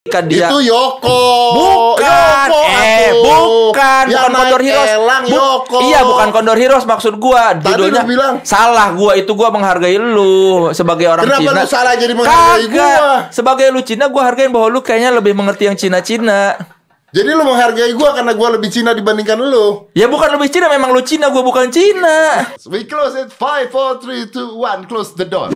Kan dia Itu Yoko. bukan, bukan Yang naik Condor Heroes. elang Yoko. Iya, bukan Condor Heroes maksud gua. Tadi Judulnya lu bilang. salah gua itu gua menghargai lu sebagai orang Kenapa Cina. lu salah jadi menghargai Kagak. gua? Sebagai lu Cina gua hargain bahwa lu kayaknya lebih mengerti yang Cina-Cina. Jadi lu menghargai gua karena gua lebih Cina dibandingkan lu. Ya bukan lebih Cina, memang lu Cina, gua bukan Cina. We close it 5 4 3 2 1 close the door.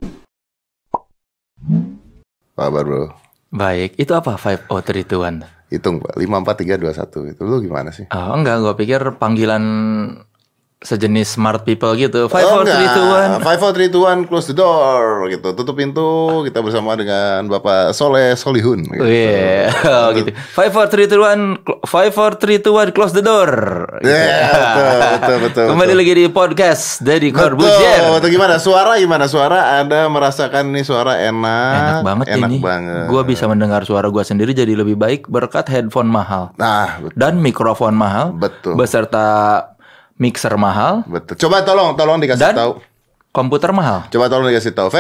Kabar bro. Baik, itu apa 5 4 3 2 1? Hitung Pak, 5 4 3 2 1. Itu lu gimana sih? Oh, enggak, gua pikir panggilan sejenis smart people gitu. 5 Oh, 4 3 2 1. 5 4 3 2 1 close the door gitu. Tutup pintu. Kita bersama dengan Bapak Soleh Solihun gitu. Iya, oh, gitu. 5 4 3 2 1 5 4 3 2 1 close the door. Gitu. Betul. Kembali lagi di podcast Deddy Corbuzier. Betul. Gimana? Suara gimana? Suara Anda merasakan nih suara Enak banget ini. banget. Gua bisa mendengar suara gua sendiri jadi lebih baik berkat headphone mahal Nah, betul. dan mikrofon mahal. Betul. Beserta mixer mahal Betul. Coba tolong dikasih dan tahu. komputer mahal. Coba tolong dikasih tahu.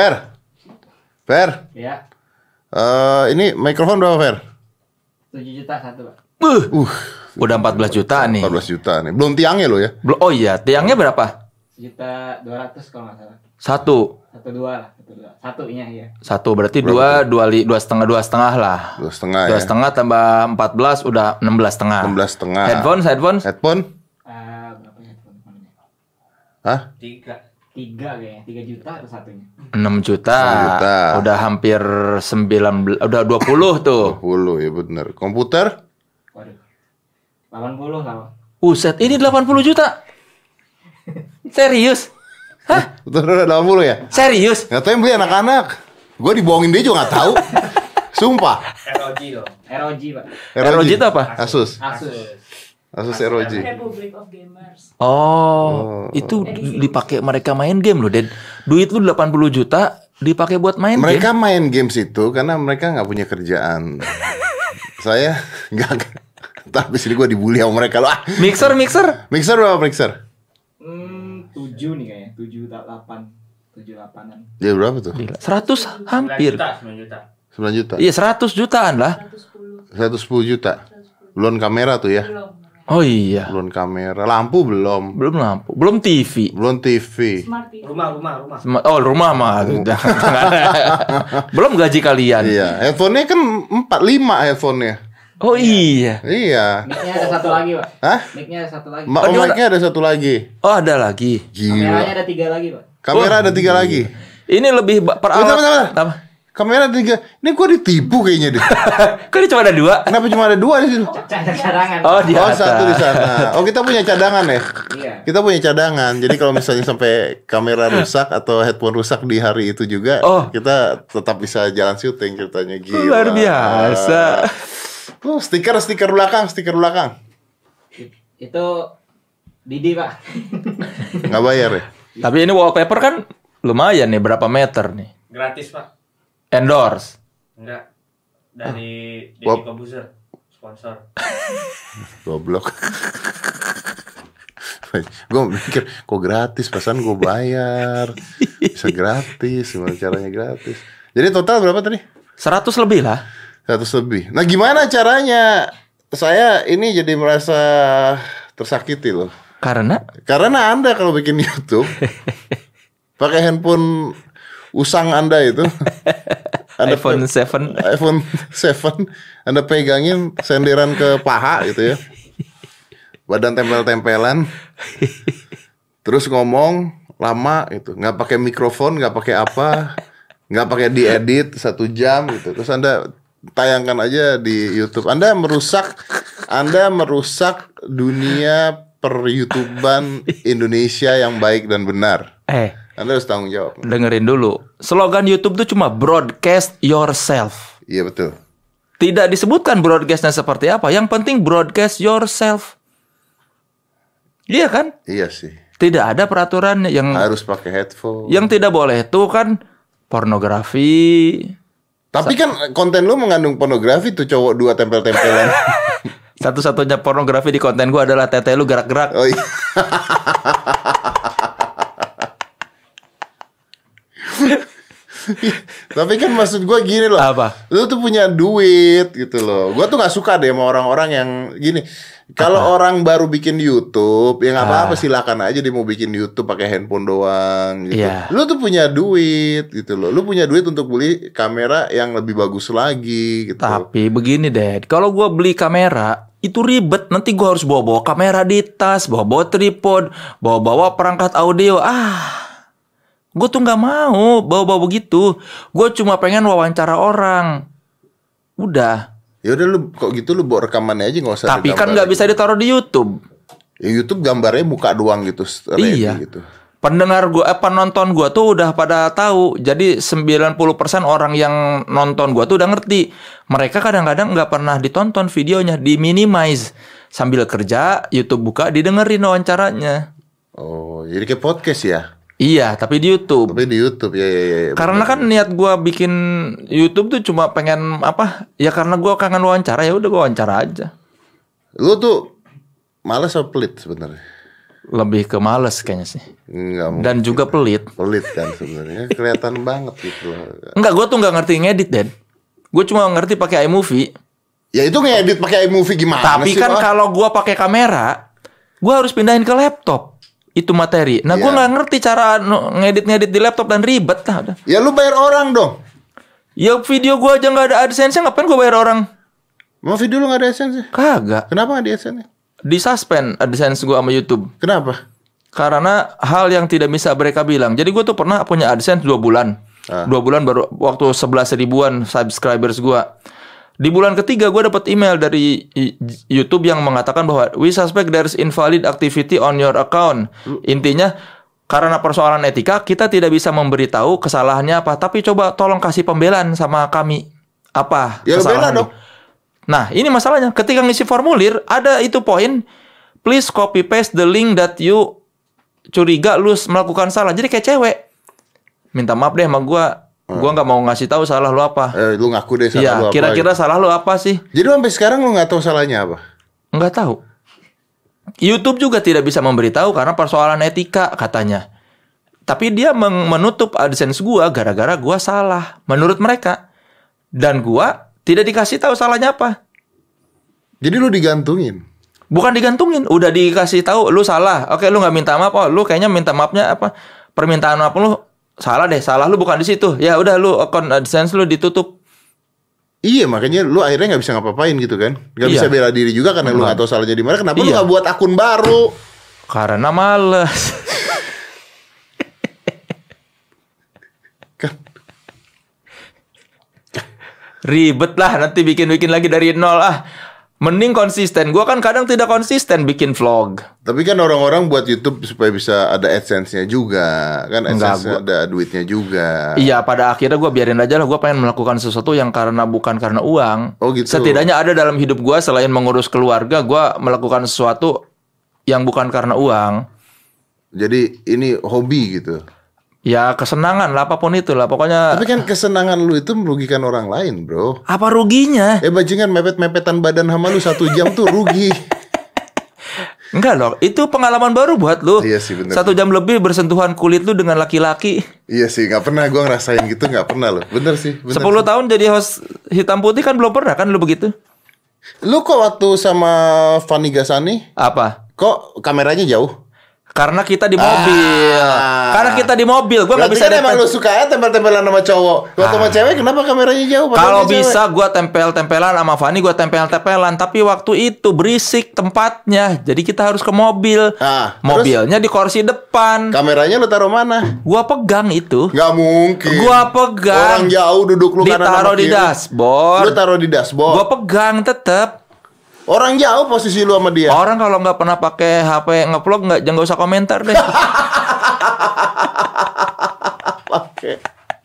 Fer. Ya, Ini mikrofon berapa, Fer? 7 juta satu, Pak. Udah 14 juta nih. 14 juta nih. Belum tiangnya lo ya. Oh iya, tiangnya berapa? 1.200.000 kalau nggak salah. Satu. 1,2 lah, 1,2. Satunya ya. Satu berarti Berapa dua setengah lah. 2,5 Dua ya. setengah tambah 14 udah 16,5. 16,5. Headphone. Headphone? Berapa ya headphone namanya? Hah? 3 kayaknya, 3 juta atau satunya. 6 juta. 6 juta. Udah hampir 19, udah 20 tuh. 20 ya bener. Komputer? Waduh. 80 lah, Pak. Uset, ini 80 juta. Serius? Hah? Betul 80 ya? Serius? Nggak tahu yang beli anak-anak. Gue dibohongin dia juga nggak tahu. Sumpah. ROG, Pak. ROG itu apa? Asus. Asus ROG. Republic of Gamers. Oh, itu dipakai mereka main game loh, Den. Duit lu 80 juta dipakai buat main Mereka game. main games itu karena mereka nggak punya kerjaan. Saya nggak. Tapi sini gue dibully sama mereka loh. Mixer. Mixer berapa mixer? 7 nih kayaknya, 7,8an. Dia berapa tuh? Gila, 100 hampir. 9 juta. Iya, 100 jutaan lah. 110 juta. Belum kamera tuh ya. Belum. Oh iya. Belum kamera, lampu belum. Belum lampu, belum TV. Belum TV. Smart TV. Rumah. Oh, rumah mah. Belum gaji kalian. Iya, headphone-nya kan 4-5 headphone-nya. Oh iya. Iya. Mic-nya ada satu lagi, Pak. Hah? Mic-nya ada satu lagi. Oh, gimana? Mic-nya ada satu lagi. Oh, ada lagi. Kameranya Gila. ada 3 lagi, Pak. Kamera ada 3 lagi. Ini lebih Bentar. Apa? Kamera 3. Ini gua ditipu kayaknya deh. Kok ini cuma ada 2? Kenapa cuma ada 2 di situ? Cadangan. Oh, di Oh, atas. satu di sana. Oh, kita punya cadangan ya. Iya. Kita punya cadangan. Jadi kalau misalnya sampai kamera rusak atau headphone rusak di hari itu juga, Oh. kita tetap bisa jalan syuting ceritanya. Gila. Luar biasa. Oh, stiker belakang. Itu Didi, Pak. Nggak bayar ya? Tapi ini wallpaper kan lumayan nih, berapa meter nih? Gratis, Pak. Endorse. Enggak. Dari Wap. Deddy Corbuzier, sponsor. Goblok. Gue mikir kok gratis, pasan gue bayar. Bisa gratis, gimana caranya gratis? Jadi total berapa tadi? 100 lebih lah. 100 lebih. Nah, gimana caranya? Saya ini jadi merasa tersakiti loh. Karena Karena Anda kalau bikin YouTube pakai handphone usang Anda itu, Anda iPhone 7. iPhone 7 Anda pegangin senderan ke paha gitu ya. Badan tempel-tempelan. Terus ngomong lama gitu, nggak pakai mikrofon, nggak pakai apa, nggak pakai diedit 1 jam gitu. Terus Anda tayangkan aja di YouTube. Anda merusak dunia per-YouTubean Indonesia yang baik dan benar. Anda harus tanggung jawab. Dengerin dulu. Slogan YouTube tuh cuma broadcast yourself. Iya betul. Tidak disebutkan broadcastnya seperti apa. Yang penting broadcast yourself. Iya kan? Iya sih. Tidak ada peraturan yang Harus pakai headphone. Yang tidak boleh itu kan pornografi. Tapi kan konten lu mengandung pornografi tuh, cowok 2 tempel-tempelan. Satu-satunya pornografi di konten gua adalah tete lu gerak-gerak. Oh iya. Tapi kan maksud gue gini loh. Apa? Lu tuh punya duit gitu loh. Gue tuh gak suka deh sama orang-orang yang gini. Kalau orang baru bikin YouTube, ya nggak apa-apa, silakan aja dia mau bikin YouTube pakai handphone doang gitu. Iya. Lu tuh punya duit gitu loh. Lu punya duit untuk beli kamera yang lebih bagus lagi gitu. Tapi begini deh, kalau gua beli kamera itu ribet. Nanti gua harus bawa-bawa kamera di tas, bawa-bawa tripod, bawa-bawa perangkat audio. Gue tuh nggak mau bawa-bawa begitu. Gue cuma pengen wawancara orang. Udah. Ya udah lu kok gitu lu bawa rekamannya aja nggak usah. Tapi kan digambar. nggak bisa ditaruh di YouTube. Ya YouTube gambarnya muka doang gitu. Ready Iya. gitu. Pendengar gua, penonton gua tuh udah pada tahu. Jadi 90% orang yang nonton gua tuh udah ngerti. Mereka kadang-kadang nggak pernah ditonton videonya, di-minimize. Sambil kerja, YouTube buka, didengerin wawancaranya. Oh, jadi kayak podcast ya? Iya, tapi di YouTube. Tapi di YouTube ya. Karena kan niat gua bikin YouTube tuh cuma pengen apa? Ya karena gua kangen wawancara, ya udah gua wawancara aja. Lu tuh malas apa pelit sebenarnya? Lebih ke males kayaknya sih. Enggak mungkin. Dan juga pelit. Pelit kan sebenarnya. Kelihatan banget gitu loh. Enggak, gua tuh nggak ngerti ngedit, Den. Gue cuma ngerti pakai iMovie. Ya itu ngedit pakai iMovie gimana Tapi sih? kan Pak? kalau gua pakai kamera, gua harus pindahin ke laptop. Itu materi. Nah, gua Iya. nggak ngerti cara ngedit-ngedit di laptop dan ribet lah udah. Ya lu bayar orang dong. Ya video gua aja nggak ada AdSense-nya, ngapain gua bayar orang? Mau video lu gak ada AdSense? Kagak. Kenapa gak ada AdSense? Di-suspend AdSense gua sama YouTube. Kenapa? Karena hal yang tidak bisa mereka bilang. Jadi gue tuh pernah punya AdSense 2 bulan. 2 bulan baru waktu 11 ribuan subscribers gue. Di bulan ketiga gue dapat email dari YouTube yang mengatakan bahwa we suspect there's invalid activity on your account. Intinya karena persoalan etika kita tidak bisa memberitahu kesalahannya apa. Tapi coba tolong kasih pembelaan sama kami. Apa Ya lu bela kesalahan dong. lu? Nah ini masalahnya. Ketika ngisi formulir ada itu poin. Please copy paste the link that you curiga lu melakukan salah. Jadi kayak cewek. Minta maaf deh sama gua. Gua nggak mau ngasih tahu salah lu apa. Lu ngaku deh salah lu Iya, apa. kira-kira gitu. salah lu apa sih? Jadi sampai sekarang lu gak tahu salahnya apa? Nggak tahu. YouTube juga tidak bisa memberitahu karena persoalan etika katanya. Tapi dia menutup AdSense gua gara-gara gua salah menurut mereka. Dan gua tidak dikasih tahu salahnya apa. Jadi lu digantungin. Bukan digantungin, udah dikasih tahu lu salah. Oke, lu nggak minta maaf. Oh, lu kayaknya minta maafnya apa? Permintaan maaf lu salah deh. Salah lu bukan di situ. Ya udah lu akun AdSense lu ditutup. Iya, makanya lu akhirnya gak bisa ngapa-ngapain gitu kan. Gak Iya. bisa bela diri juga karena lu gak tahu salahnya di mana. Kenapa lu Iya. gak buat akun baru? Karena males. Ribet lah nanti bikin-bikin lagi dari nol Mending konsisten. Gua kan kadang tidak konsisten bikin vlog. Tapi kan orang-orang buat YouTube supaya bisa ada AdSense-nya juga. Kan Enggak, AdSense ada duitnya juga. Iya, pada akhirnya gue biarin aja lah. Gue pengen melakukan sesuatu yang bukan karena uang. Oh, gitu. Setidaknya ada dalam hidup gue selain mengurus keluarga, gue melakukan sesuatu yang bukan karena uang. Jadi ini hobi gitu. Ya kesenangan lah, apapun itu lah. Pokoknya Tapi kan kesenangan lu itu merugikan orang lain, bro. apa ruginya? Bajingan mepet-mepetan badan sama lu 1 jam tuh rugi. Enggak loh, itu pengalaman baru buat lu. Iya sih, bener. 1 jam lebih bersentuhan kulit lu dengan laki-laki. Iya sih, gak pernah gue ngerasain gitu, gak pernah loh. Bener sih, 10 bener. tahun jadi host hitam putih kan belum pernah kan lu begitu? Lu kok waktu sama Fanny Gasani, Apa? kok kameranya jauh? Karena kita di mobil. Karena kita di mobil, gue nggak Berarti bisa kan emang depan. lu suka ya tempel-tempelan sama cowok. Waktu sama cewek kenapa kameranya jauh? Padahal Kalau dia cewek. bisa gue tempel-tempelan sama Fanny, gue tempel-tempelan. Tapi waktu itu berisik tempatnya, jadi kita harus ke mobil. Ah, Mobilnya di kursi depan. Kameranya lu taruh mana? Gua pegang itu. Gak mungkin. Gua pegang. Orang jauh duduk lu kanan sama Ditaruh di kiri. dashboard. Lu taruh di dashboard. Gua pegang tetep. Orang jauh posisi lu sama dia. Orang kalau nggak pernah pakai HP ngevlog nggak usah komentar deh. Oke.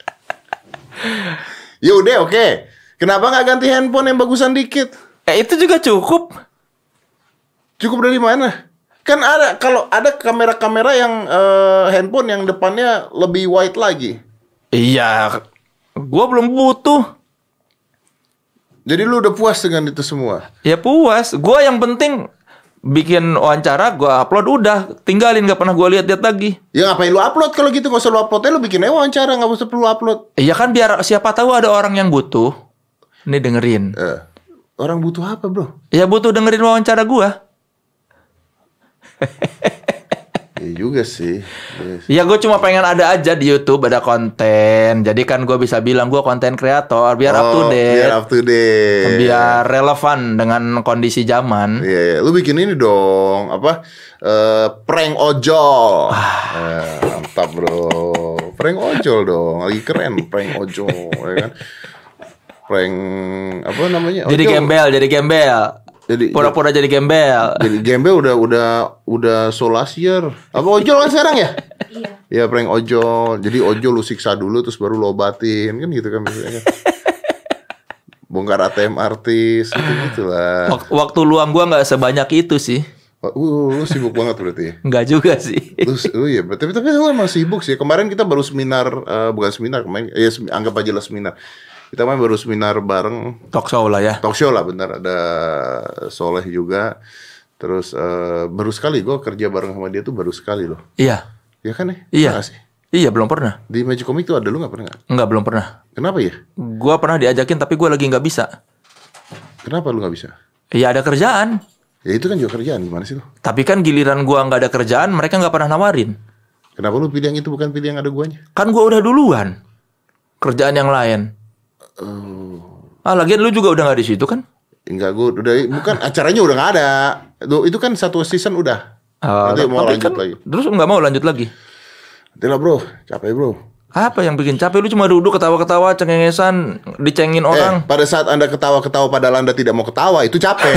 Ya udah oke. Kenapa nggak ganti handphone yang bagusan dikit? Itu juga cukup. Cukup dari mana? Kan ada kalau ada kamera-kamera yang handphone yang depannya lebih wide lagi. Iya, gua belum butuh. Jadi lu udah puas dengan itu semua? Ya puas. Gua yang penting bikin wawancara, gue upload udah, tinggalin, nggak pernah gue lihat lagi. Ya ngapain lu upload kalau gitu? Nggak usah lu upload, lu bikin wawancara, nggak usah perlu upload. Iya kan biar siapa tahu ada orang yang butuh. Ini dengerin. Orang butuh apa, bro? Ya butuh dengerin wawancara gue. Iya juga sih. Yes. Ya gue cuma pengen ada aja di YouTube, ada konten. Jadi kan gue bisa bilang gue konten kreator biar up to date. Biar up to date. Biar relevan dengan kondisi zaman. Iya, lu bikin ini dong, apa? Prank ojol. Mantap, bro. Prank ojol dong, lagi keren prank ojol, ya kan? Prank apa namanya? Jadi gembel. Jadi pura-pura jadi gembel. Jadi gembel udah so last year. Apa ojol kan sekarang ya? Iya. Ya prank ojol. Jadi ojol lu siksa dulu terus baru lo obatin kan gitu kan biasanya. Bongkar ATM artis gitu lah. Waktu luang gua nggak sebanyak itu sih. Lu sibuk banget berarti ya? Nggak juga sih. Iya, tapi lu emang sibuk sih. Kemarin kita baru seminar, bukan seminar kemarin, ya anggap aja lah seminar. Kita main baru seminar bareng. Talk show lah ya. Talk show lah, benar. Ada Soleh juga. Terus baru sekali gue kerja bareng sama dia tuh baru sekali loh. Iya. Iya kan ya? Iya. Makasih. Iya, belum pernah. Di Magic Comic tuh ada lu gak pernah gak? Enggak, belum pernah. Kenapa ya? Gua pernah diajakin tapi gua lagi nggak bisa. Kenapa lu gak bisa? Iya ada kerjaan. Ya itu kan juga kerjaan, gimana sih lu? Tapi kan giliran gua nggak ada kerjaan, mereka nggak pernah nawarin. Kenapa lu pilih yang itu bukan pilih yang ada guanya? Kan gua udah duluan. Kerjaan yang lain. Lagian lu juga udah nggak di situ kan? Enggak, gue udah bukan acaranya udah nggak ada. Itu kan satu season udah. Nanti mau tapi lanjut kan, lagi. Terus nggak mau lanjut lagi? Tidak bro, capek bro. Apa yang bikin capek? Lu cuma duduk ketawa-ketawa, cengengesan, dicengin orang. Pada saat Anda ketawa-ketawa padahal Anda tidak mau ketawa, itu capek.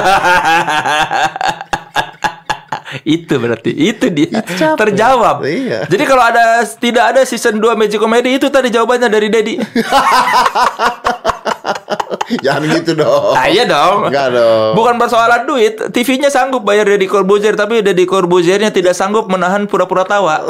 Itu berarti itu dia capek. terjawab. Iya. Jadi kalau tidak ada season 2 Magic Comedy itu tadi jawabannya dari Dedi. Jangan gitu dong. Iya dong. Enggak dong. Bukan persoalan duit, TV-nya sanggup bayar Deddy Corbuzier tapi Deddy Corbuziernya tidak sanggup menahan pura-pura tawa.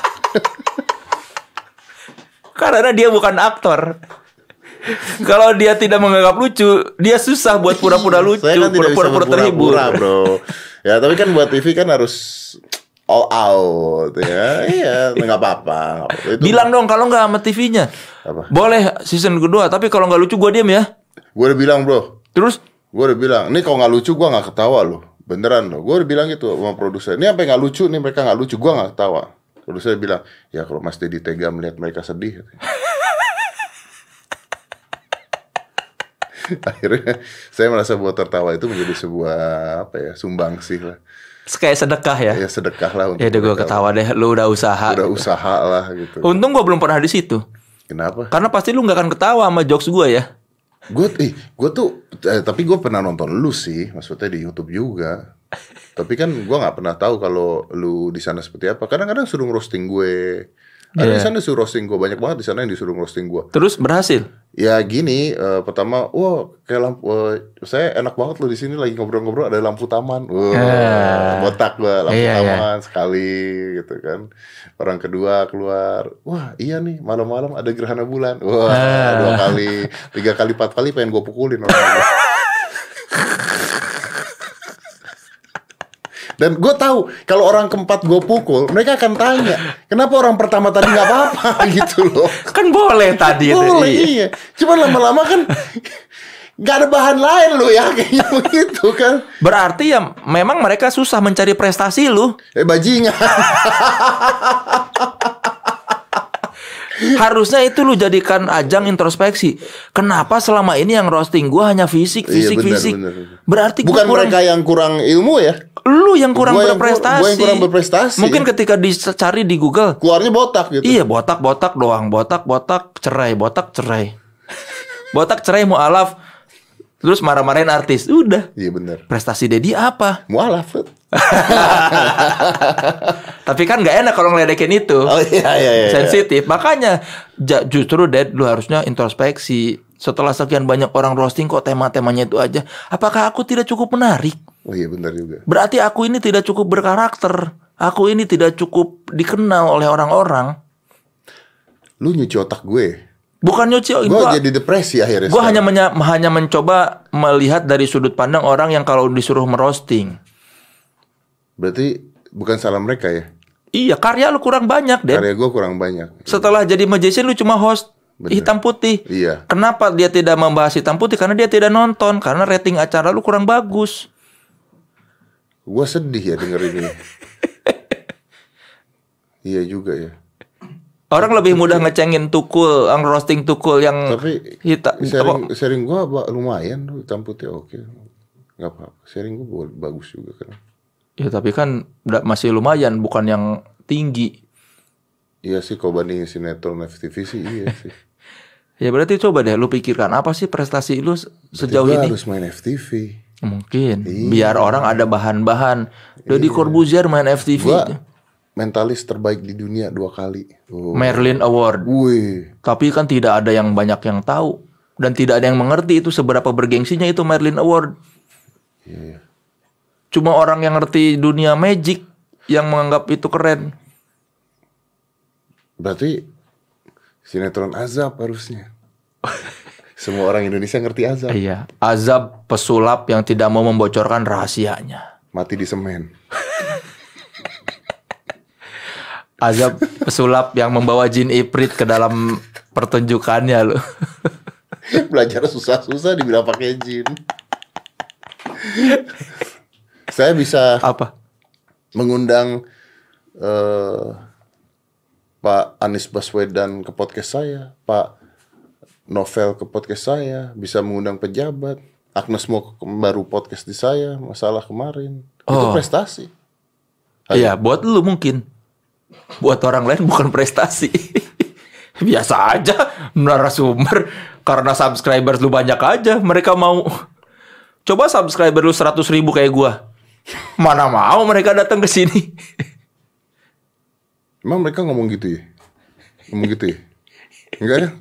Karena dia bukan aktor. Kalau dia tidak menganggap lucu, dia susah buat pura-pura lucu, Saya kan tidak bisa pura-pura terhibur. berpura-pura, bro. Ya tapi kan buat TV kan harus all out ya. Iya, nggak apa-apa. Itu Bilang dong kalau nggak sama TV-nya. Apa? Boleh season kedua, tapi kalau nggak lucu gua diam ya. Gue udah bilang bro. Terus Gue udah bilang, ini kalau nggak lucu gue nggak ketawa loh. Beneran loh. Gue udah bilang gitu sama produser. Ini apa yang nggak lucu? Nih mereka nggak lucu. Gue nggak ketawa. Produser bilang, ya kalau Mas Dedi tega melihat mereka sedih. Akhirnya saya merasa bahwa tertawa itu menjadi sebuah apa ya, sumbangsih lah. kayak sedekah ya. Ya sedekah lah untuk Ya udah gue mereka. ketawa deh, lu udah usaha. Udah usaha lah gitu. Untung gue belum pernah di situ. Kenapa? Karena pasti lu nggak akan ketawa sama jokes gue ya. Gue tuh tapi gue pernah nonton lu sih, maksudnya di YouTube juga. Tapi kan gue nggak pernah tahu kalau lu di sana seperti apa. Kadang-kadang suruh roasting gue. Ada di sana suruh roasting gue, banyak banget di sana yang disuruh roasting gue. Terus berhasil. Ya gini, pertama, wah kayak lampu, saya enak banget loh di sini lagi ngobrol-ngobrol ada lampu taman, botak gue lampu taman sekali gitu kan. Orang kedua keluar, wah iya nih malam-malam ada gerhana bulan, wah 2 kali, 3 kali, 4 kali pengen gue pukulin orang. Dan gue tahu kalau orang keempat gue pukul, mereka akan tanya, kenapa orang pertama tadi nggak apa-apa gitu loh. Kan boleh tadi. Boleh iya. Cuman lama-lama kan nggak ada bahan lain loh ya kayaknya begitu kan. Berarti ya memang mereka susah mencari prestasi lu. Bajingan. Harusnya itu lu jadikan ajang introspeksi. Kenapa selama ini yang roasting gua hanya fisik. Bener. Berarti bukan mereka yang kurang ilmu ya. Lu yang kurang Gua berprestasi. Gue yang kurang berprestasi. Mungkin ketika dicari di Google, keluarnya botak gitu. iya botak doang, botak cerai. Botak cerai mualaf. Terus marah-marahin artis. Udah. Iya benar. Prestasi Dedi apa? Mualaf. Tapi kan nggak enak kalau ngeledekin itu. Oh iya. Sensitif. Makanya justru Dad lu harusnya introspeksi. Setelah sekian banyak orang roasting kok tema-temanya itu aja. Apakah aku tidak cukup menarik? Oh iya benar juga. Berarti aku ini tidak cukup berkarakter. Aku ini tidak cukup dikenal oleh orang-orang. Lu nyuci otak gue. Bukan nyuci. Gue jadi depresi akhirnya. Gue hanya mencoba melihat dari sudut pandang orang yang kalau disuruh merosting. Berarti bukan salah mereka ya? Iya, karya lu kurang banyak, Den. Karya gue kurang banyak. Setelah jadi magician lu cuma host hitam putih. Iya. Kenapa dia tidak membahas hitam putih? Karena dia tidak nonton. Karena rating acara lu kurang bagus. Gue sedih ya dengerin ini. Iya juga ya. Orang lebih mudah ngecengin Tukul, roasting Tukul yang Tapi sharing gue lumayan tuh, hitam putih oke. Gak apa-apa. Sharing gue bagus juga kan. Ya tapi kan masih lumayan, bukan yang tinggi. Iya sih, kalau bandingin sinetron FTV sih iya sih. Ya berarti coba deh lu pikirkan apa sih prestasi lu sejauh Berarti gua ini? harus main FTV. Mungkin Iya. biar orang ada bahan-bahan. Deddy Corbuzier main FTV. Gua mentalis terbaik di dunia 2 kali. Oh. Merlin Award. Wih. Tapi kan tidak ada yang banyak yang tahu dan tidak ada yang mengerti itu seberapa bergengsinya itu Merlin Award. Iya. Cuma orang yang ngerti dunia magic yang menganggap itu keren. Berarti sinetron Azab harusnya. Semua orang Indonesia ngerti Azab. Iya, Azab pesulap yang tidak mau membocorkan rahasianya. Mati di semen. Azab pesulap yang membawa jin Ifrit ke dalam pertunjukannya loh. Belajar susah-susah dibilang pakai jin. Saya bisa Apa? mengundang Pak Anies Baswedan ke podcast saya, Pak Novel ke podcast saya, bisa mengundang pejabat. Agnes mau baru podcast di saya, masalah kemarin. Itu Oh. prestasi. Iya, buat lu mungkin. Buat orang lain bukan prestasi. Biasa aja narasumber. Karena subscribers lu banyak aja, mereka mau. Coba subscriber lu 100.000 kayak gua. Mana mau mereka datang ke sini. Emang mereka ngomong gitu ya? Ngomong gitu ya? Enggak ya?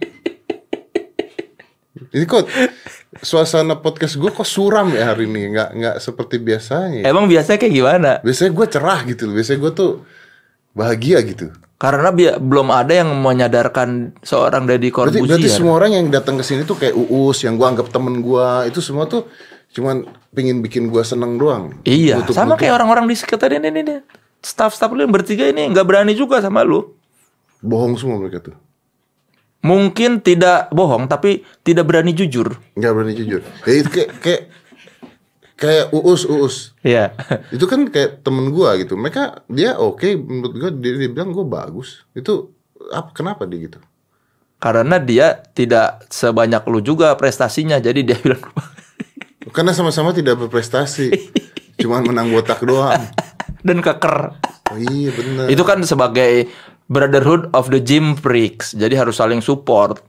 Ini kok suasana podcast gue kok suram ya hari ini? Nggak seperti biasanya. Emang biasanya kayak gimana? Biasanya gue cerah gitu loh. Biasanya gue tuh bahagia gitu. Karena belum ada yang menyadarkan seorang Deddy Berarti Corbuzier. semua orang yang datang ke sini tuh kayak Uus, yang gue anggap temen gue, itu semua tuh cuman pingin bikin gue seneng doang. Iya, sama Nutup-nutup. kayak orang-orang di sekitar ini. Staff-staff lu yang bertiga ini nggak berani juga sama lu. Bohong semua mereka tuh. Mungkin tidak bohong, tapi tidak berani jujur. Nggak berani jujur. Ya itu kayak Uus. Iya. Itu kan kayak temen gue gitu. Mereka dia oke, menurut gue dia bilang gue bagus. Itu kenapa dia gitu? Karena dia tidak sebanyak lu juga prestasinya, jadi dia bilang. Karena sama-sama tidak berprestasi. Cuman menang botak doang. Dan keker. Oh iya benar. Itu kan sebagai brotherhood of the gym freaks. Jadi harus saling support.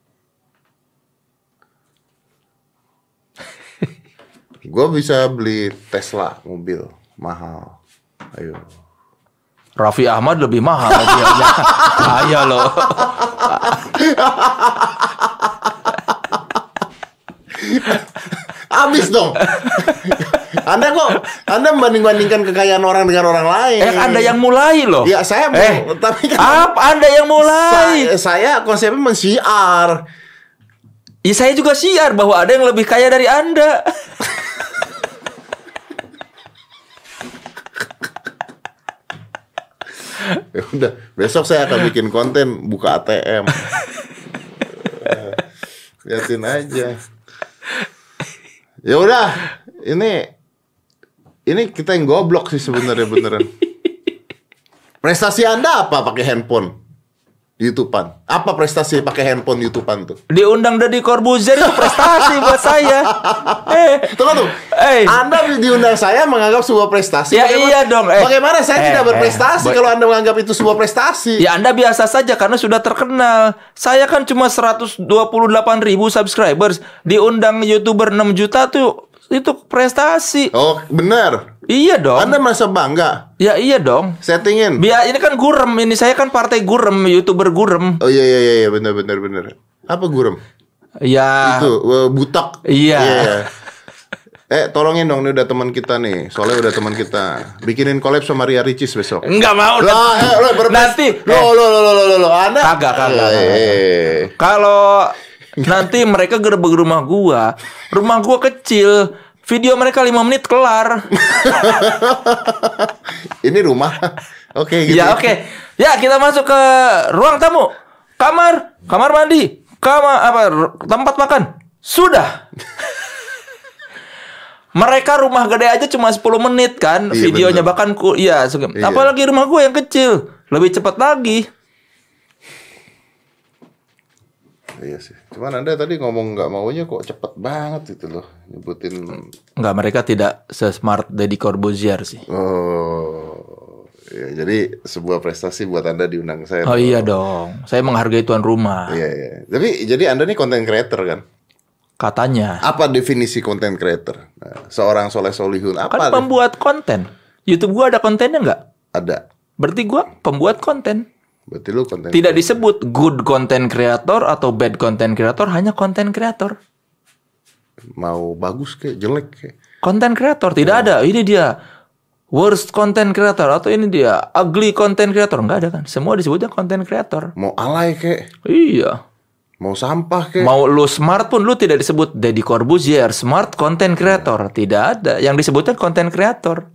Gue bisa beli Tesla mobil mahal. Ayo. Raffi Ahmad lebih mahal hadiahnya. Ayo loh. Abis dong. Anda membanding-bandingkan kekayaan orang dengan orang lain. Anda yang mulai loh. Ya saya tapi kan Apa Anda yang mulai? saya konsepnya mensiar. Ya saya juga siar bahwa ada yang lebih kaya dari Anda. Ya udah, besok saya akan bikin konten buka ATM. Liatin aja. Ya udah, ini kita yang goblok sih sebenarnya beneran. Prestasi Anda apa pakai handphone? YouTubean. Apa prestasi pakai handphone YouTubean tuh? Diundang Deddy Corbuzier itu prestasi buat saya. Tunggu tuh. Anda diundang saya menganggap sebuah prestasi. Ya iya dong. Bagaimana saya tidak berprestasi kalau Anda menganggap itu sebuah prestasi? Ya Anda biasa saja karena sudah terkenal. Saya kan cuma 128.000 subscribers. Diundang YouTuber 6 juta tuh itu prestasi. Oh, benar. Iya dong. Anda merasa bangga? Ya iya dong. Settingin. Ini kan gurem. Ini saya kan partai gurem, YouTuber gurem. Oh iya benar. Apa gurem? Ya. Itu butak. Iya. Tolongin dong, ini udah teman kita nih. Soalnya udah teman kita. Bikinin collab sama Ria Ricis besok. Enggak mau. Nanti. Lo, Anda Kagak. Kalau nanti mereka gerbek rumah gua kecil. Video mereka 5 menit kelar. Ini rumah. Oke gitu. Ya oke. Ya kita masuk ke ruang tamu. Kamar mandi, tempat makan. Sudah. Mereka rumah gede aja cuma 10 menit kan Iya, videonya, bener. bahkan iya. Apalagi rumah gue yang kecil, lebih cepat lagi. Iya sih. Cuman Anda tadi ngomong nggak maunya kok cepet banget itu loh nyebutin. Enggak, mereka tidak se-smart Deddy Corbuzier sih. Oh, ya, jadi sebuah prestasi buat Anda diundang saya. Oh iya dong, saya menghargai tuan rumah. Iya, iya. Tapi jadi Anda nih content creator kan? Katanya. Apa definisi content creator? Nah, seorang Soleh Solihun apa? Kan pembuat konten. YouTube gua ada kontennya nggak? Ada. Berarti gua pembuat konten. Berarti lu content Tidak disebut good content creator atau bad content creator, hanya content creator. mau bagus kayak jelek kayak. Content creator tidak ada. Ini dia worst content creator atau ini dia ugly content creator, nggak ada kan? Semua disebutnya content creator. Mau alay kayak, Iya. mau sampah kayak. Mau lu smart pun lu tidak disebut Deddy Corbuzier smart content creator, tidak ada. Yang disebutnya content creator.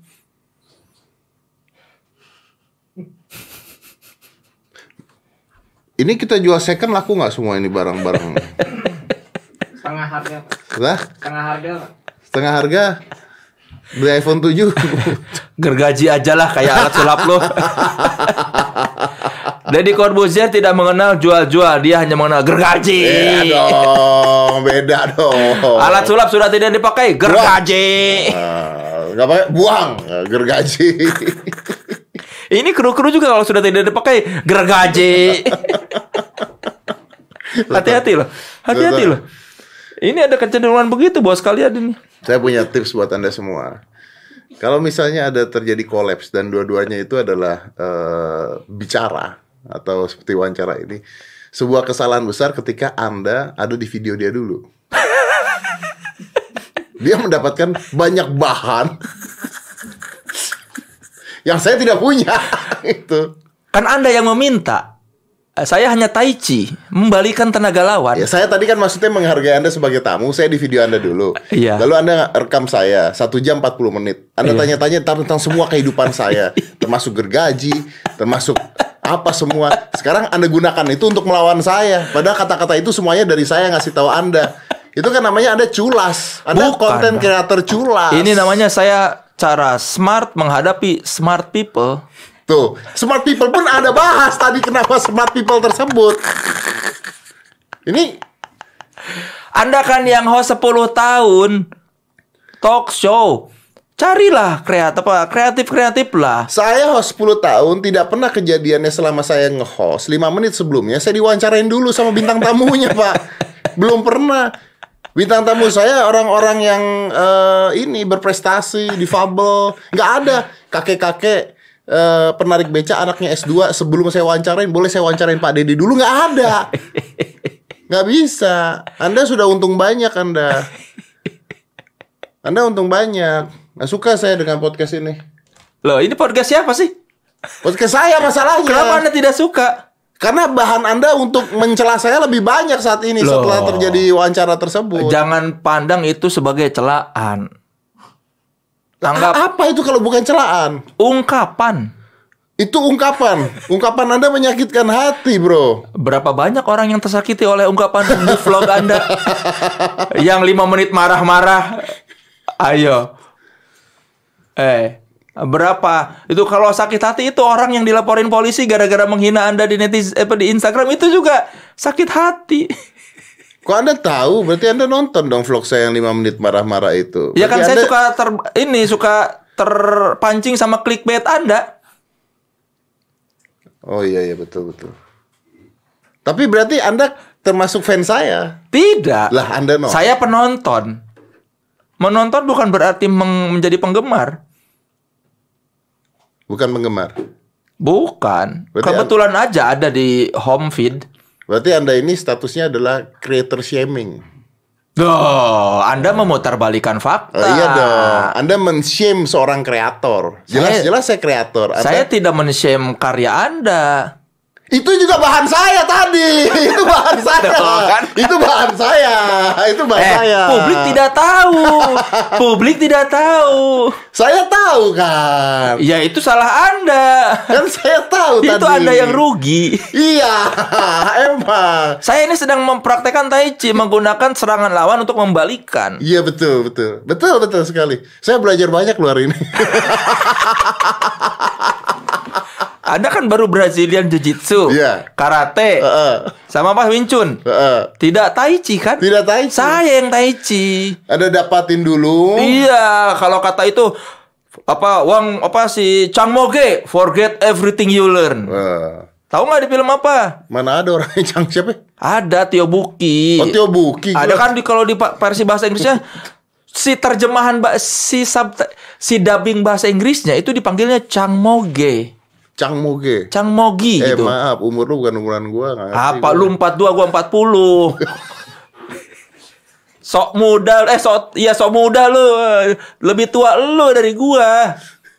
Ini kita jual second laku nggak semua ini barang-barang? Setengah harga. Lah, Setengah harga, Pak. setengah harga beli iPhone 7. Gergaji aja lah kayak alat sulap lu. Deddy Corbuzier tidak mengenal jual-jual, dia hanya mengenal gergaji. Beda dong, beda dong. Alat sulap sudah tidak dipakai, gergaji. Nggak pakai, buang. Gergaji. Ini kru-kru juga kalau sudah tidak dipakai, gergaji. Hati-hati loh, hati-hati loh. Ini ada kecenderungan begitu bos kalian ini. Saya punya tips buat Anda semua. Kalau misalnya ada terjadi kolaps dan dua-duanya itu adalah bicara atau seperti wawancara ini, sebuah kesalahan besar ketika Anda ada di video dia dulu. Dia mendapatkan banyak bahan yang saya tidak punya. Itu. Kan Anda yang meminta. Saya hanya tai chi, membalikan tenaga lawan. Ya, saya tadi kan maksudnya menghargai Anda sebagai tamu. Saya di video Anda dulu. Iya. Lalu Anda rekam saya 1 jam 40 menit. Anda tanya-tanya tentang semua kehidupan saya, termasuk gergaji, termasuk apa semua. Sekarang Anda gunakan itu untuk melawan saya. Padahal kata-kata itu semuanya dari saya ngasih tahu Anda. Itu kan namanya Anda culas. Anda Bukan, konten kreator culas. Ini namanya saya cara smart menghadapi smart people. Tuh, smart people pun ada bahas tadi kenapa smart people tersebut. Ini Anda kan yang host 10 tahun talk show. Carilah kreatif lah. saya host 10 tahun, tidak pernah kejadiannya selama saya nge-host 5 menit sebelumnya saya diwawancarain dulu sama bintang tamunya, Pak. Belum pernah. Bintang tamu saya orang-orang yang ini berprestasi, difabel. Nggak ada kakek-kakek penarik beca anaknya S2 sebelum saya wawancarain. Boleh saya wawancarain Pak Deddy dulu? Nggak ada. Nggak bisa. Anda sudah untung banyak Anda. Anda untung banyak. Nggak suka saya dengan podcast ini. Loh, ini podcast siapa sih? Podcast saya masalahnya. Kenapa Anda tidak suka? Karena bahan Anda untuk mencela saya lebih banyak saat ini. Loh. Setelah terjadi wawancara tersebut. Jangan pandang itu sebagai celaan. Anggap Apa itu kalau bukan celaan? ungkapan. Itu ungkapan. Ungkapan Anda menyakitkan hati, bro. Berapa banyak orang yang tersakiti oleh ungkapan di vlog Anda? Yang 5 menit marah-marah. Ayo. Berapa? Itu kalau sakit hati itu orang yang dilaporin polisi gara-gara menghina Anda di di Instagram itu juga sakit hati. Kok Anda tahu? Berarti Anda nonton dong vlog saya yang 5 menit marah-marah itu. Ya kan Berarti saya Anda- suka terpancing sama clickbait Anda. Oh iya betul. Tapi berarti Anda termasuk fans saya. Tidak. Lah Anda nonton. Saya penonton. Menonton bukan berarti menjadi penggemar. Bukan penggemar. Bukan. Berarti Kebetulan aja ada di home feed. Berarti Anda ini statusnya adalah creator shaming. Duh, Anda memutarbalikan fakta. Oh, iya dong. Anda men-shame seorang kreator. Jelas-jelas saya kreator. Saya tidak men-shame karya Anda. Itu juga bahan saya tadi. Itu bahan saya. Kan? Itu bahan saya. Itu bahan saya. Publik tidak tahu. Publik tidak tahu. Saya tahu kan. Ya itu salah Anda. Kan saya tahu tadi. Itu Anda yang rugi. Iya, emang. Saya ini sedang mempraktekkan Tai Chi menggunakan serangan lawan untuk membalikan. Iya betul sekali. Saya belajar banyak luar ini. Anda kan baru Brazilian Jiu-Jitsu, Iya. Karate, sama apa Wing Chun. Tidak Tai Chi kan? Tidak Tai Chi. Saya yang Tai Chi. Ada dapatin dulu. Iya, kalau kata itu si Chang Moge, forget everything you learn. Tahu nggak di film apa? Mana ada orangnya Chang siapa? Ada Tio Buki. Oh, Tio Buki. Ada kan kalau di versi bahasa Inggrisnya si terjemahan si dubbing bahasa Inggrisnya itu dipanggilnya Chang Moge. Chang Moge. Chang Mogi gitu. Maaf, umur lu bukan umuran gua. Apa lu 42 gua 40. Sok muda lu. Lebih tua lu dari gua.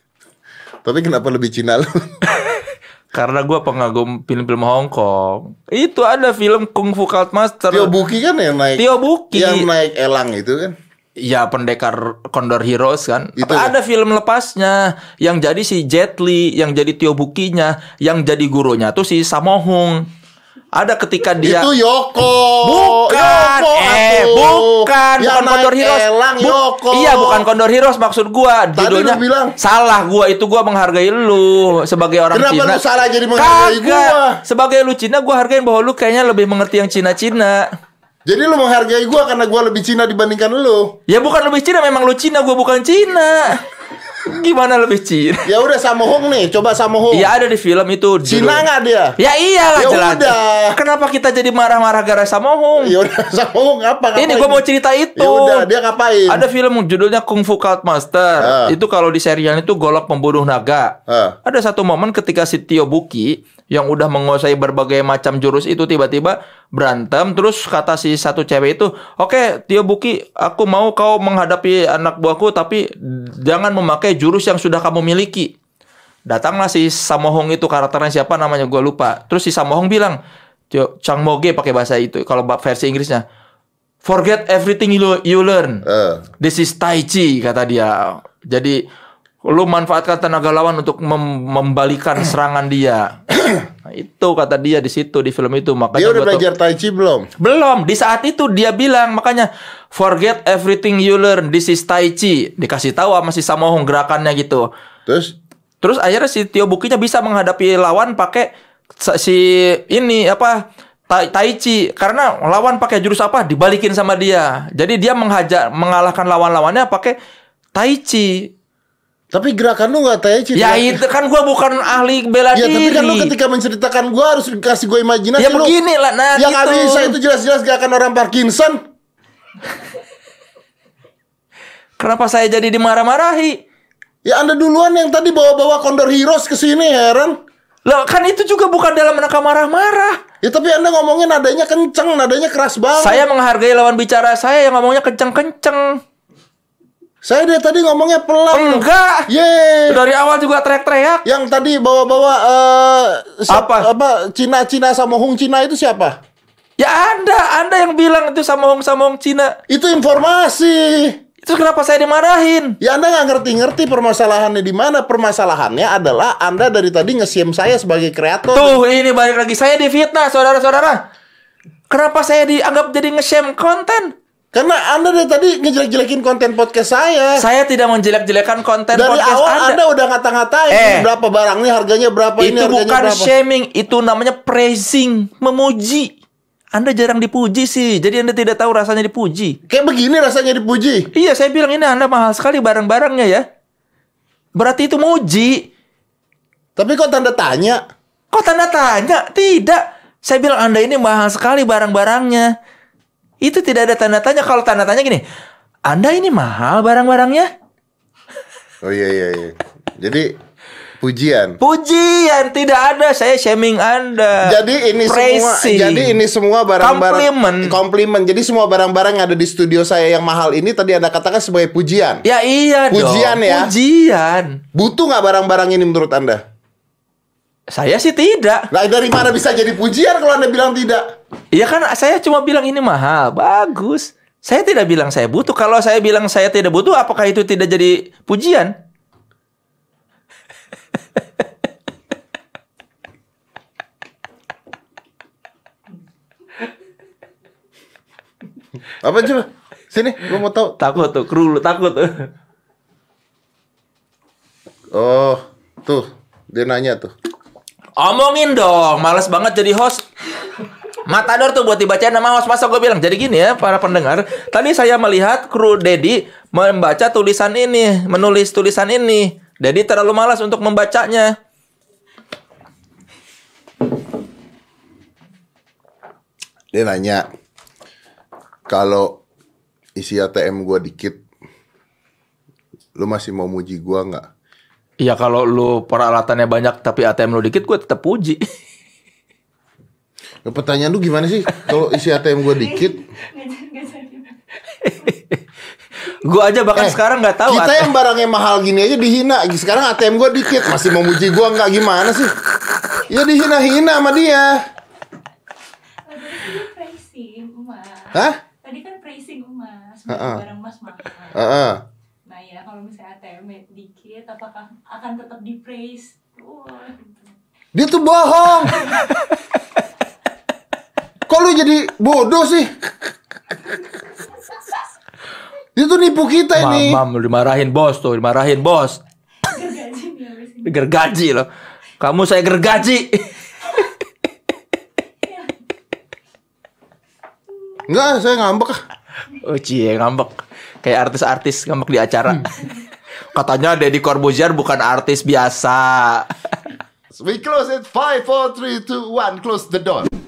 Tapi kenapa lebih Cina lu? Karena gua pengagum film-film Hong Kong. Itu ada film Kung Fu Cult Master. Tio Buki kan yang naik. Tio Buki. Yang naik elang itu kan. Ya pendekar Condor Heroes kan. Itu Ada film lepasnya yang jadi si Jet Li, yang jadi Tio Bukinya, yang jadi gurunya tuh si Sammo Hung. Ada ketika dia itu Yoko. Bukan, bukan Condor Heroes. Elang, Yoko. Iya, bukan Condor Heroes maksud gua. Tadi Judulnya lu bilang. salah gua menghargai lu sebagai orang Kenapa Cina. lu salah jadi menghargai gua? Sebagai lu Cina gua hargain bahwa lu kayaknya lebih mengerti yang Cina-Cina. Jadi lu menghargai gua karena gua lebih Cina dibandingkan lu. Ya bukan lebih Cina, memang lu Cina, gua bukan Cina. Gimana lebih Cina? Ya udah Sammo Hung nih, coba Sammo Hung. Iya ada di film itu. Cina nggak dia? Ya iyalah Ya jelas. udah. Kenapa kita jadi marah-marah gara Sammo Hung? Ya udah Sammo Hung apa? Ini gua mau cerita itu. Ya udah, dia ngapain? Ada film judulnya Kung Fu Cult Master. Itu kalau di serial itu golok pembunuh naga. Ada satu momen ketika si Tio Buki yang udah menguasai berbagai macam jurus itu tiba-tiba berantem, terus kata si satu cewek itu, "Oke, Tio Buki, aku mau kau menghadapi anak buahku tapi jangan memakai jurus yang sudah kamu miliki." Datanglah si Sammo Hung itu, karakternya siapa namanya gua lupa. Terus si Sammo Hung bilang, Chang Moge pakai bahasa itu kalau versi Inggrisnya. "Forget everything you learn. This is Tai Chi," kata dia. Jadi lu manfaatkan tenaga lawan untuk membalikan serangan dia. Nah, itu kata dia di situ di film itu. Makanya dia udah belajar Tai Chi belum? Belum. Di saat itu dia bilang, makanya forget everything you learn. This is Tai Chi. Dikasih tahu sama si Sammo Hung gerakannya gitu. Terus akhirnya si Tio Bukinya bisa menghadapi lawan pakai si ini apa? Tai Chi. Karena lawan pakai jurus apa? Dibalikin sama dia. Jadi dia mengalahkan lawan-lawannya pakai Tai Chi. Tapi gerakan lu gak Tai Chi. Ya itu kan gue bukan ahli bela diri. Ya tapi kan lu ketika menceritakan gue harus kasih gue imajinasi. Ya begini lah. Nah ya gitu. Gak bisa, itu jelas-jelas gerakan orang Parkinson. Kenapa saya jadi dimarah-marahi? Ya Anda duluan yang tadi bawa-bawa Condor Heroes ke sini, heran. Loh kan itu juga bukan dalam rangka marah-marah. Ya tapi Anda ngomongin nadanya kenceng, nadanya keras banget. Saya menghargai lawan bicara saya yang ngomongnya kenceng-kenceng. Saya dari tadi ngomongnya pelan. Enggak. Yeay. Dari awal juga teriak-teriak. Yang tadi bawa-bawa apa Cina Sammo Hung Cina itu siapa? Ya Anda yang bilang itu Sammo Hung Cina. Itu informasi. Itu kenapa saya dimarahin? Ya Anda nggak ngerti permasalahannya di mana. Permasalahannya adalah Anda dari tadi nge-shame saya sebagai kreator. Tuh ini balik lagi, saya difitnah saudara-saudara. Kenapa saya dianggap jadi nge-shame konten? Karena Anda dari tadi ngejelek-jelekin konten podcast saya. Saya tidak menjelek-jelekan konten dari podcast awal Anda udah ngata-ngatain berapa barang nih harganya berapa, ini harganya berapa. Itu bukan shaming, itu namanya praising, memuji. Anda jarang dipuji sih, jadi Anda tidak tahu rasanya dipuji. Kayak begini rasanya dipuji. Iya, saya bilang ini Anda mahal sekali barang-barangnya ya. Berarti itu muji. Tapi kok tanda tanya? Kok tanda tanya? Tidak. Saya bilang Anda ini mahal sekali barang-barangnya. Itu tidak ada tanda tanya. Kalau tanda tanya gini, Anda ini mahal barang-barangnya? Oh iya. Jadi pujian, tidak ada. Saya shaming Anda. Jadi ini semua barang-barang komplimen. Jadi semua barang-barang yang ada di studio saya yang mahal ini tadi Anda katakan sebagai pujian. Ya iya pujian dong. Ya. Pujian. Butuh nggak barang-barang ini menurut Anda? Saya sih tidak. Nah, dari mana bisa jadi pujian kalau Anda bilang tidak? Iya kan saya cuma bilang ini mahal. Bagus. Saya tidak bilang saya butuh. Kalau saya bilang saya tidak butuh, apakah itu tidak jadi pujian? Apa coba? Sini, gua mau tahu. Takut tuh, kru lu takut tuh. Oh, tuh. Dia nanya tuh. Omongin dong, males banget jadi host. Matador tuh buat dibacain nama host. Masa gue bilang, jadi gini ya para pendengar. Tadi saya melihat kru Dedi membaca tulisan ini, menulis tulisan ini. Dedi terlalu malas untuk membacanya. Dia nanya, kalau isi ATM gua dikit, lu masih mau muji gua nggak? Iya kalau lu peralatannya banyak tapi ATM lu dikit, gue tetap puji. Nah, pertanyaan lu gimana sih? Kalau isi ATM gua dikit, Gue aja bahkan sekarang nggak tahu. kita yang barangnya mahal gini aja dihina. Sekarang ATM gua dikit, masih mau muji gua nggak? Gimana sih? Ya dihina-hina sama dia. Tadi kan praising Mas. Hah? Tadi kan praising Mas. Heeh. Barang Mas mahal. Heeh. Nah ya kalau misalnya ATM dikit, apakah akan tetap di praise? Wah, gitu. Dia tuh bohong. Kok lu jadi bodoh sih? Dia tuh nipu kita ini. Mam, dimarahin bos tuh, dimarahin bos. Gergaji nih habis ini. Gergaji loh. Kamu saya gergaji. Enggak, saya ngambek. Oh cie, ngambek. Kayak artis-artis ngambek di acara. Katanya Deddy Corbuzier bukan artis biasa. We close it. 5, 4, 3, 2, 1. Close the door.